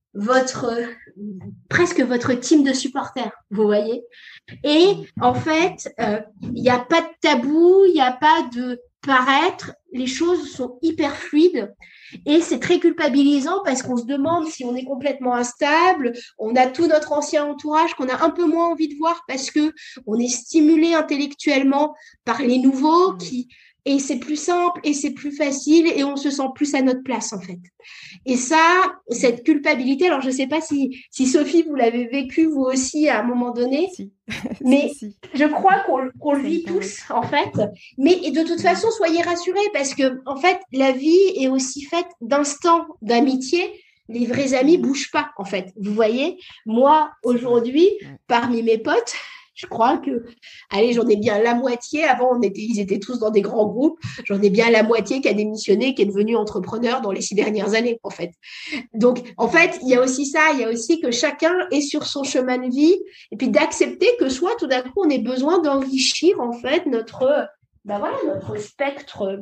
votre euh, presque votre team de supporters, vous voyez. Et en fait, il euh, n'y a pas de tabou, il n'y a pas de paraître, les choses sont hyper fluides et c'est très culpabilisant parce qu'on se demande si on est complètement instable, on a tout notre ancien entourage qu'on a un peu moins envie de voir parce que on est stimulé intellectuellement par les nouveaux qui et c'est plus simple et c'est plus facile et on se sent plus à notre place en fait. Et ça, cette culpabilité, alors je ne sais pas si, si Sophie, vous l'avez vécu vous aussi à un moment donné, si. mais si, si. je crois qu'on, qu'on le vit tous en fait. Mais et de toute façon, soyez rassurés parce que en fait, la vie est aussi faite d'instants d'amitié. Les vrais amis bougent pas en fait. Vous voyez, moi aujourd'hui, parmi mes potes, je crois que, allez, j'en ai bien la moitié. Avant, on était, ils étaient tous dans des grands groupes. J'en ai bien la moitié qui a démissionné, qui est devenu entrepreneur dans les six dernières années, en fait. Donc, en fait, il y a aussi ça. Il y a aussi que chacun est sur son chemin de vie et puis d'accepter que soit tout d'un coup, on ait besoin d'enrichir, en fait, notre, ben voilà, notre spectre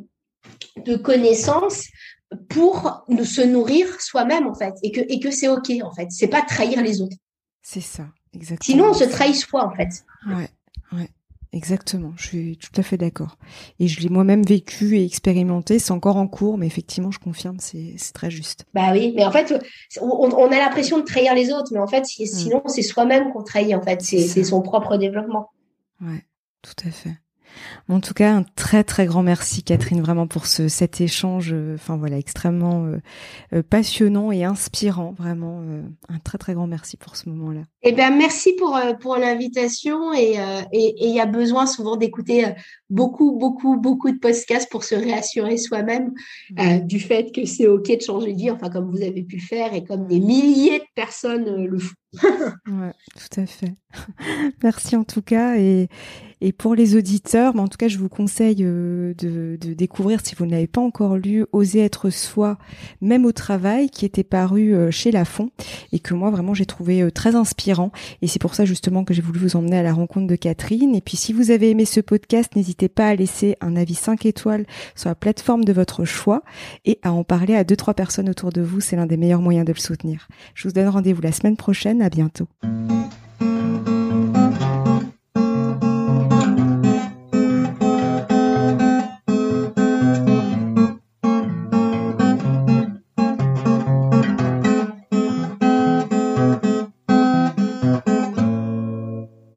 de connaissances pour se nourrir soi-même, en fait. Et que, et que c'est OK, en fait. C'est pas trahir les autres. C'est ça. Exactement. Sinon, on se trahit soi, en fait. Ouais, ouais, exactement. Je suis tout à fait d'accord. Et je l'ai moi-même vécu et expérimenté. C'est encore en cours, mais effectivement, je confirme, c'est, c'est très juste. Bah oui, mais en fait, on, on a l'impression de trahir les autres, mais en fait, sinon, mmh. c'est soi-même qu'on trahit, en fait. C'est, c'est, c'est son propre développement. Ouais, tout à fait. En tout cas, un très très grand merci Catherine vraiment pour ce cet échange, euh, enfin voilà, extrêmement euh, euh, passionnant et inspirant, vraiment euh, un très très grand merci pour ce moment-là. Eh ben merci pour euh, pour l'invitation et euh, et il y a besoin souvent d'écouter euh, beaucoup beaucoup beaucoup de podcasts pour se réassurer soi-même euh, du fait que c'est ok de changer de vie, enfin comme vous avez pu le faire et comme des milliers de personnes euh, le font. Ouais, tout à fait. Merci en tout cas et et pour les auditeurs, mais en tout cas, je vous conseille euh, de, de découvrir, si vous ne l'avez pas encore lu, Oser être soi, même au travail, qui était paru euh, chez Lafon et que moi, vraiment, j'ai trouvé euh, très inspirant. Et c'est pour ça, justement, que j'ai voulu vous emmener à la rencontre de Catherine. Et puis, si vous avez aimé ce podcast, n'hésitez pas à laisser un avis cinq étoiles sur la plateforme de votre choix et à en parler à deux, trois personnes autour de vous. C'est l'un des meilleurs moyens de le soutenir. Je vous donne rendez-vous la semaine prochaine. À bientôt.